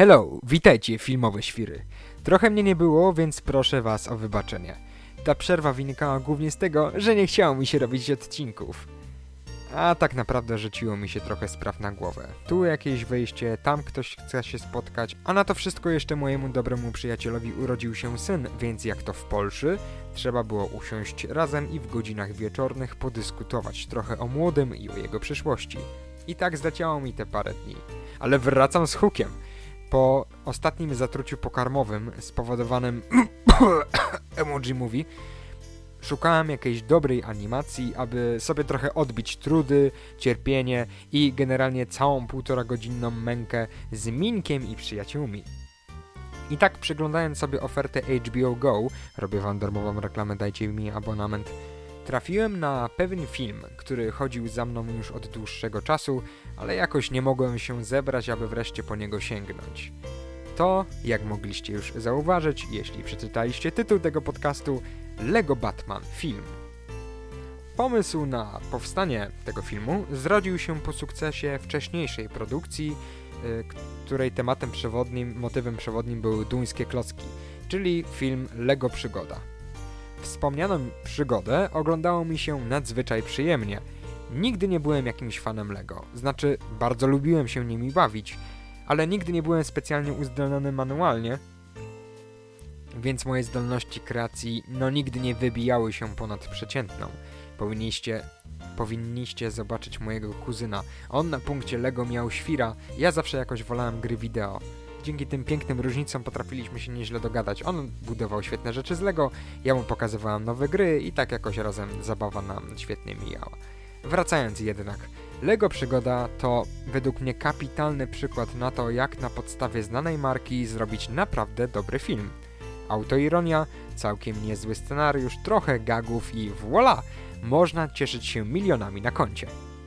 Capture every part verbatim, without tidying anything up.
Hello, witajcie filmowe świry. Trochę mnie nie było, więc proszę was o wybaczenie. Ta przerwa wynikała głównie z tego, że nie chciało mi się robić odcinków. A tak naprawdę rzuciło mi się trochę spraw na głowę. Tu jakieś wyjście, tam ktoś chce się spotkać, a na to wszystko jeszcze mojemu dobremu przyjacielowi urodził się syn, więc jak to w Polsce, trzeba było usiąść razem i w godzinach wieczornych podyskutować trochę o młodym i o jego przyszłości. I tak zleciało mi te parę dni. Ale wracam z hukiem. Po ostatnim zatruciu pokarmowym spowodowanym Emoji Movie szukałem jakiejś dobrej animacji, aby sobie trochę odbić trudy, cierpienie i generalnie całą półtora godzinną mękę z Minkiem i przyjaciółmi. I tak przeglądając sobie ofertę H B O Go, robię wam darmową reklamę, dajcie mi abonament, trafiłem na pewien film, który chodził za mną już od dłuższego czasu, ale jakoś nie mogłem się zebrać, aby wreszcie po niego sięgnąć. To, jak mogliście już zauważyć, jeśli przeczytaliście tytuł tego podcastu, Lego Batman Film. Pomysł na powstanie tego filmu zrodził się po sukcesie wcześniejszej produkcji, yy, której tematem przewodnim, motywem przewodnim były duńskie klocki, czyli film Lego Przygoda. Wspomnianą przygodę oglądało mi się nadzwyczaj przyjemnie. Nigdy nie byłem jakimś fanem Lego, znaczy bardzo lubiłem się nimi bawić, ale nigdy nie byłem specjalnie uzdolniony manualnie, więc moje zdolności kreacji no nigdy nie wybijały się ponad przeciętną. Powinniście, powinniście zobaczyć mojego kuzyna. On na punkcie Lego miał świra, ja zawsze jakoś wolałem gry wideo. Dzięki tym pięknym różnicom potrafiliśmy się nieźle dogadać. On budował świetne rzeczy z Lego, ja mu pokazywałem nowe gry i tak jakoś razem zabawa nam świetnie mijała. Wracając jednak, Lego Przygoda to według mnie kapitalny przykład na to, jak na podstawie znanej marki zrobić naprawdę dobry film. Autoironia, całkiem niezły scenariusz, trochę gagów i voilà! Można cieszyć się milionami na koncie.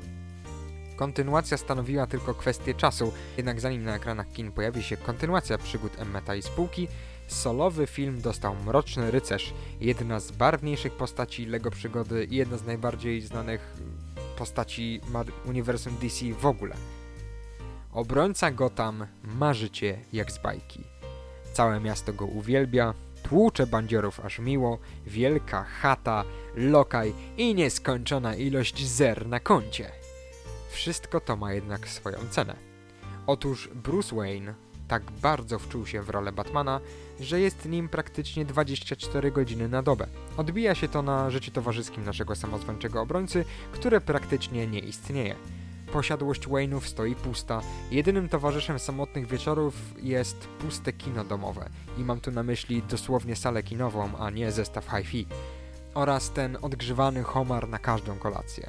Kontynuacja stanowiła tylko kwestię czasu, jednak zanim na ekranach kin pojawi się kontynuacja przygód Emmeta i spółki, solowy film dostał Mroczny Rycerz, jedna z barwniejszych postaci Lego Przygody i jedna z najbardziej znanych postaci uniwersum D C w ogóle. Obrońca Gotham ma życie jak z bajki. Całe miasto go uwielbia, tłucze bandziorów aż miło, wielka chata, lokaj i nieskończona ilość zer na koncie. Wszystko to ma jednak swoją cenę. Otóż Bruce Wayne tak bardzo wczuł się w rolę Batmana, że jest nim praktycznie dwadzieścia cztery godziny na dobę. Odbija się to na życiu towarzyskim naszego samozwańczego obrońcy, które praktycznie nie istnieje. Posiadłość Wayne'ów stoi pusta, jedynym towarzyszem samotnych wieczorów jest puste kino domowe. I mam tu na myśli dosłownie salę kinową, a nie zestaw hi-fi. Oraz ten odgrzewany homar na każdą kolację.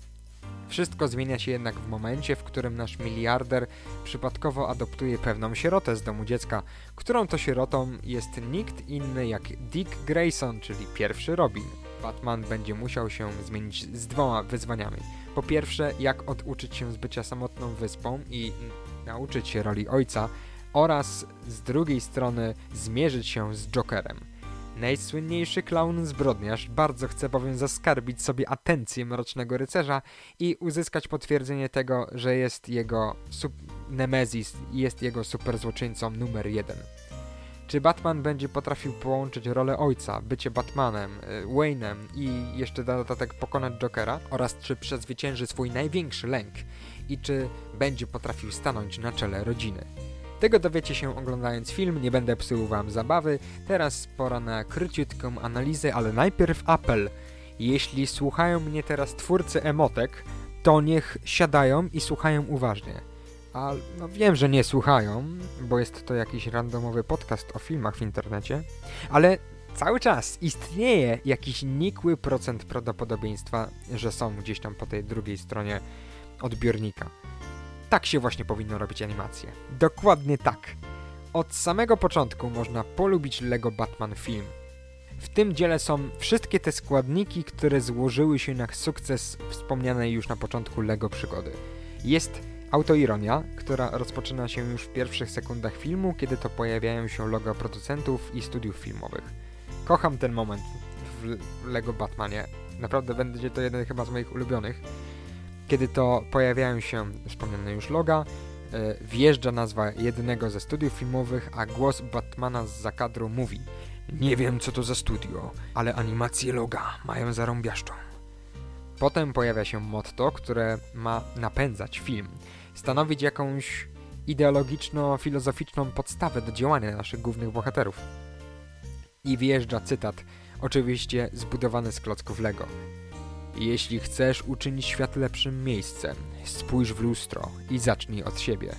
Wszystko zmienia się jednak w momencie, w którym nasz miliarder przypadkowo adoptuje pewną sierotę z domu dziecka, którą to sierotą jest nikt inny jak Dick Grayson, czyli pierwszy Robin. Batman będzie musiał się zmienić z dwoma wyzwaniami. Po pierwsze, jak oduczyć się z bycia samotną wyspą i nauczyć się roli ojca, oraz z drugiej strony zmierzyć się z Jokerem. Najsłynniejszy klaun zbrodniarz bardzo chce bowiem zaskarbić sobie atencję Mrocznego Rycerza i uzyskać potwierdzenie tego, że jest jego Nemezis i jest jego superzłoczyńcą numer jeden. Czy Batman będzie potrafił połączyć rolę ojca, bycie Batmanem, Wayne'em i jeszcze na dodatek pokonać Jokera? Oraz czy przezwycięży swój największy lęk i czy będzie potrafił stanąć na czele rodziny? Tego dowiecie się oglądając film, nie będę psuł wam zabawy, teraz pora na króciutką analizę, ale najpierw apel. Jeśli słuchają mnie teraz twórcy emotek, to niech siadają i słuchają uważnie. A no wiem, że nie słuchają, bo jest to jakiś randomowy podcast o filmach w internecie, ale cały czas istnieje jakiś nikły procent prawdopodobieństwa, że są gdzieś tam po tej drugiej stronie odbiornika. Tak się właśnie powinno robić animacje. Dokładnie tak. Od samego początku można polubić Lego Batman Film. W tym dziele są wszystkie te składniki, które złożyły się na sukces wspomnianej już na początku Lego Przygody. Jest autoironia, która rozpoczyna się już w pierwszych sekundach filmu, kiedy to pojawiają się logo producentów i studiów filmowych. Kocham ten moment w Lego Batmanie. Naprawdę będzie to jeden chyba z moich ulubionych. Kiedy to pojawiają się wspomniane już loga, wjeżdża nazwa jednego ze studiów filmowych, a głos Batmana z zakadru mówi: nie wiem co to za studio, ale animacje loga mają zarąbiaszczą. Potem pojawia się motto, które ma napędzać film, stanowić jakąś ideologiczno-filozoficzną podstawę do działania naszych głównych bohaterów. I wjeżdża cytat, oczywiście zbudowany z klocków Lego. Jeśli chcesz uczynić świat lepszym miejscem, spójrz w lustro i zacznij od siebie.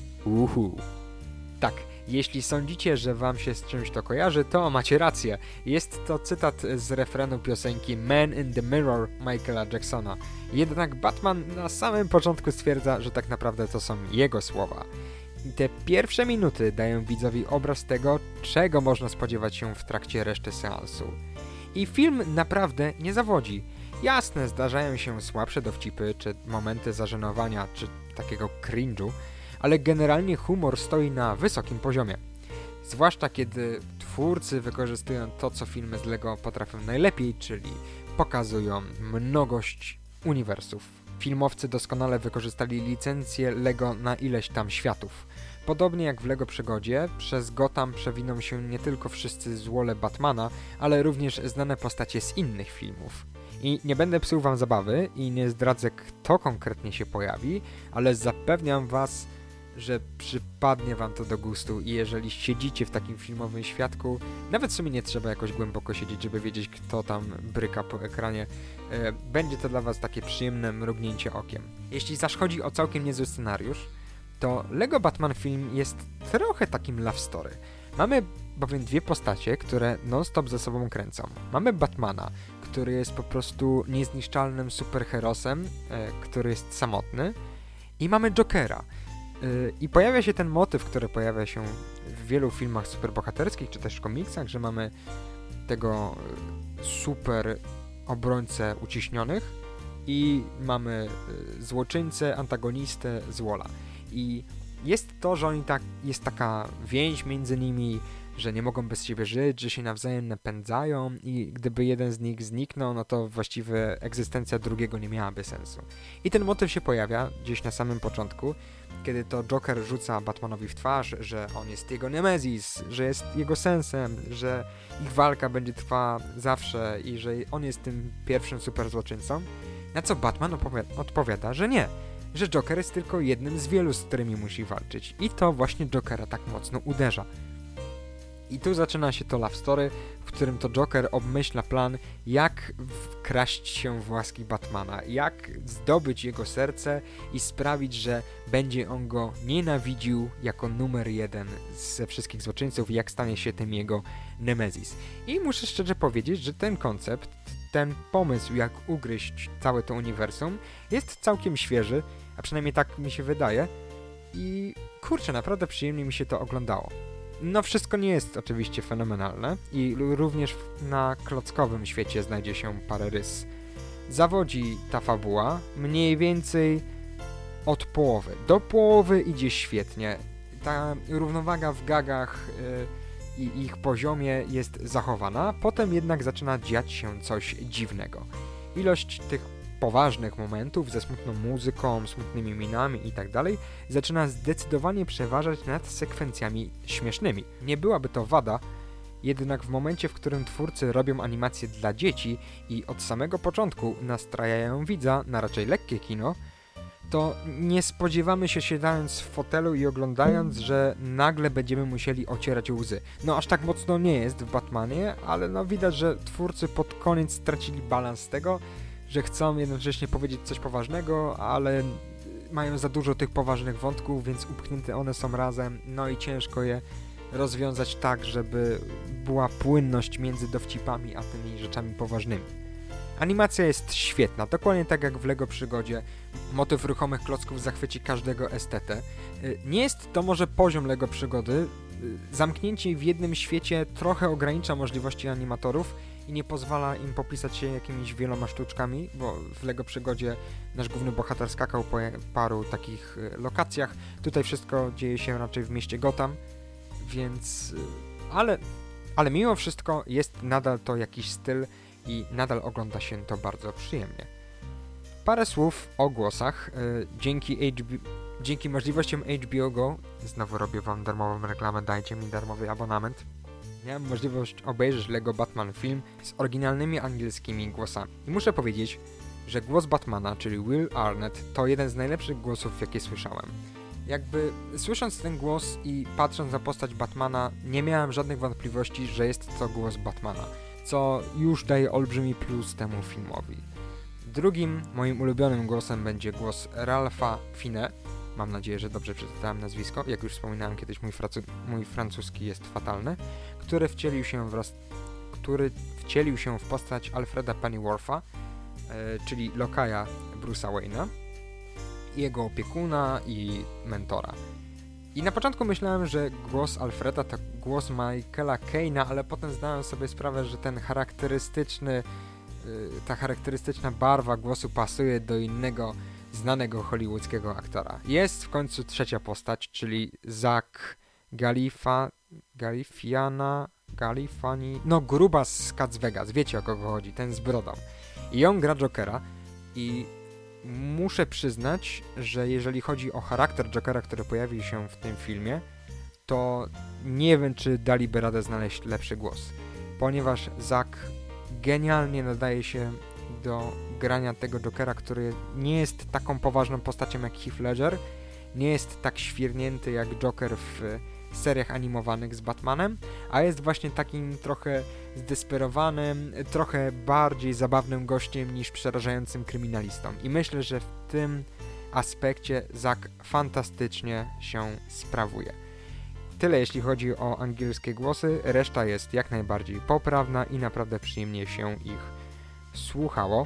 Uhu. Tak, jeśli sądzicie, że wam się z czymś to kojarzy, to macie rację. Jest to cytat z refrenu piosenki Man in the Mirror Michaela Jacksona. Jednak Batman na samym początku stwierdza, że tak naprawdę to są jego słowa. I te pierwsze minuty dają widzowi obraz tego, czego można spodziewać się w trakcie reszty seansu. I film naprawdę nie zawodzi. Jasne, zdarzają się słabsze dowcipy, czy momenty zażenowania, czy takiego cringe'u, ale generalnie humor stoi na wysokim poziomie. Zwłaszcza kiedy twórcy wykorzystują to, co filmy z Lego potrafią najlepiej, czyli pokazują mnogość uniwersów. Filmowcy doskonale wykorzystali licencję Lego na ileś tam światów. Podobnie jak w Lego Przygodzie, przez Gotham przewiną się nie tylko wszyscy złole Batmana, ale również znane postacie z innych filmów. I nie będę psuł wam zabawy i nie zdradzę, kto konkretnie się pojawi, ale zapewniam was, że przypadnie wam to do gustu i jeżeli siedzicie w takim filmowym świadku, nawet w sumie nie trzeba jakoś głęboko siedzieć, żeby wiedzieć, kto tam bryka po ekranie, e, będzie to dla was takie przyjemne mrugnięcie okiem. Jeśli zaś chodzi o całkiem niezły scenariusz, to Lego Batman film jest trochę takim love story. Mamy bowiem dwie postacie, które non-stop ze sobą kręcą. Mamy Batmana, który jest po prostu niezniszczalnym superherosem, e, który jest samotny, i mamy Jokera. I pojawia się ten motyw, który pojawia się w wielu filmach superbohaterskich, czy też komiksach, że mamy tego super obrońcę uciśnionych i mamy złoczyńcę, antagonistę, złola. I jest to, że oni tak, jest taka więź między nimi, że nie mogą bez siebie żyć, że się nawzajem napędzają i gdyby jeden z nich zniknął, no to właściwie egzystencja drugiego nie miałaby sensu. I ten motyw się pojawia gdzieś na samym początku, kiedy to Joker rzuca Batmanowi w twarz, że on jest jego nemezis, że jest jego sensem, że ich walka będzie trwała zawsze i że on jest tym pierwszym super złoczyńcą, na co Batman opowi- odpowiada, że nie, że Joker jest tylko jednym z wielu, z którymi musi walczyć i to właśnie Jokera tak mocno uderza. I tu zaczyna się to love story, w którym to Joker obmyśla plan, jak wkraść się w łaski Batmana, jak zdobyć jego serce i sprawić, że będzie on go nienawidził jako numer jeden ze wszystkich złoczyńców i jak stanie się tym jego nemezis. I muszę szczerze powiedzieć, że ten koncept, ten pomysł, jak ugryźć całe to uniwersum, jest całkiem świeży, a przynajmniej tak mi się wydaje i kurczę, naprawdę przyjemnie mi się to oglądało. No wszystko nie jest oczywiście fenomenalne i również na klockowym świecie znajdzie się parę rys. Zawodzi ta fabuła mniej więcej od połowy. Do połowy idzie świetnie. Ta równowaga w gagach yy, i ich poziomie jest zachowana, potem jednak zaczyna dziać się coś dziwnego. Ilość tych poważnych momentów ze smutną muzyką, smutnymi minami i tak dalej zaczyna zdecydowanie przeważać nad sekwencjami śmiesznymi. Nie byłaby to wada, jednak w momencie, w którym twórcy robią animacje dla dzieci i od samego początku nastrajają widza na raczej lekkie kino, to nie spodziewamy się siadając w fotelu i oglądając, że nagle będziemy musieli ocierać łzy. No aż tak mocno nie jest w Batmanie, ale no widać, że twórcy pod koniec stracili balans tego, że chcą jednocześnie powiedzieć coś poważnego, ale mają za dużo tych poważnych wątków, więc upchnięte one są razem, no i ciężko je rozwiązać tak, żeby była płynność między dowcipami a tymi rzeczami poważnymi. Animacja jest świetna, dokładnie tak jak w Lego Przygodzie. Motyw ruchomych klocków zachwyci każdego estetę. Nie jest to może poziom Lego Przygody. Zamknięcie w jednym świecie trochę ogranicza możliwości animatorów i nie pozwala im popisać się jakimiś wieloma sztuczkami, bo w Lego Przygodzie nasz główny bohater skakał po paru takich lokacjach. Tutaj wszystko dzieje się raczej w mieście Gotham, więc... Ale, ale mimo wszystko jest nadal to jakiś styl i nadal ogląda się to bardzo przyjemnie. Parę słów o głosach. Dzięki H B... Dzięki możliwościom H B O Go, znowu robię wam darmową reklamę, dajcie mi darmowy abonament, miałem możliwość obejrzeć Lego Batman film z oryginalnymi angielskimi głosami. I muszę powiedzieć, że głos Batmana, czyli Will Arnett, to jeden z najlepszych głosów, jakie słyszałem. Jakby słysząc ten głos i patrząc na postać Batmana, nie miałem żadnych wątpliwości, że jest to głos Batmana, co już daje olbrzymi plus temu filmowi. Drugim moim ulubionym głosem będzie głos Ralpha Fiennes. Mam nadzieję, że dobrze przeczytałem nazwisko. Jak już wspominałem kiedyś, mój, fracu- mój francuski jest fatalny, który wcielił się wraz, który wcielił się w postać Alfreda Pennywortha, e, czyli lokaja Bruce'a Wayne'a, jego opiekuna i mentora. I na początku myślałem, że głos Alfreda to głos Michaela Caina, ale potem zdałem sobie sprawę, że ten charakterystyczny, ta charakterystyczna barwa głosu pasuje do innego znanego hollywoodzkiego aktora. Jest w końcu trzecia postać, czyli Zach Galifa, Galifiana, Galifani, no grubas z Cats Vegas, wiecie o kogo chodzi, ten z brodą. I on gra Jokera i muszę przyznać, że jeżeli chodzi o charakter Jokera, który pojawił się w tym filmie, to nie wiem, czy daliby radę znaleźć lepszy głos, ponieważ Zach genialnie nadaje się do grania tego Jokera, który nie jest taką poważną postacią jak Heath Ledger, nie jest tak świrnięty jak Joker w seriach animowanych z Batmanem, a jest właśnie takim trochę zdesperowanym, trochę bardziej zabawnym gościem niż przerażającym kryminalistą. I myślę, że w tym aspekcie Zach fantastycznie się sprawuje. Tyle jeśli chodzi o angielskie głosy, reszta jest jak najbardziej poprawna i naprawdę przyjemnie się ich słuchało.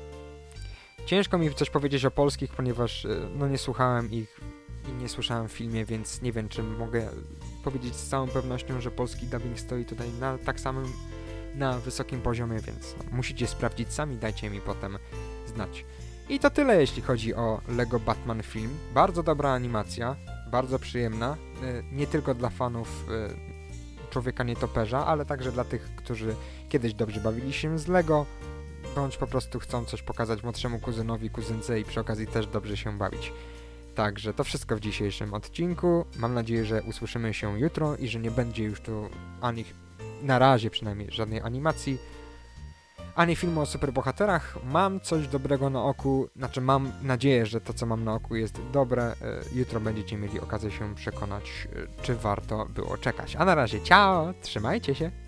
Ciężko mi coś powiedzieć o polskich, ponieważ no nie słuchałem ich i nie słyszałem w filmie, więc nie wiem, czy mogę powiedzieć z całą pewnością, że polski dubbing stoi tutaj na tak samym, na wysokim poziomie, więc no, musicie sprawdzić sami, dajcie mi potem znać. I to tyle, jeśli chodzi o Lego Batman film. Bardzo dobra animacja, bardzo przyjemna, nie tylko dla fanów Człowieka Nietoperza, ale także dla tych, którzy kiedyś dobrze bawili się z Lego, bądź po prostu chcą coś pokazać młodszemu kuzynowi, kuzynce i przy okazji też dobrze się bawić. Także to wszystko w dzisiejszym odcinku. Mam nadzieję, że usłyszymy się jutro i że nie będzie już tu ani, na razie przynajmniej, żadnej animacji, ani filmu o superbohaterach. Mam coś dobrego na oku, znaczy mam nadzieję, że to, co mam na oku, jest dobre. Jutro będziecie mieli okazję się przekonać, czy warto było czekać. A na razie, ciao, trzymajcie się!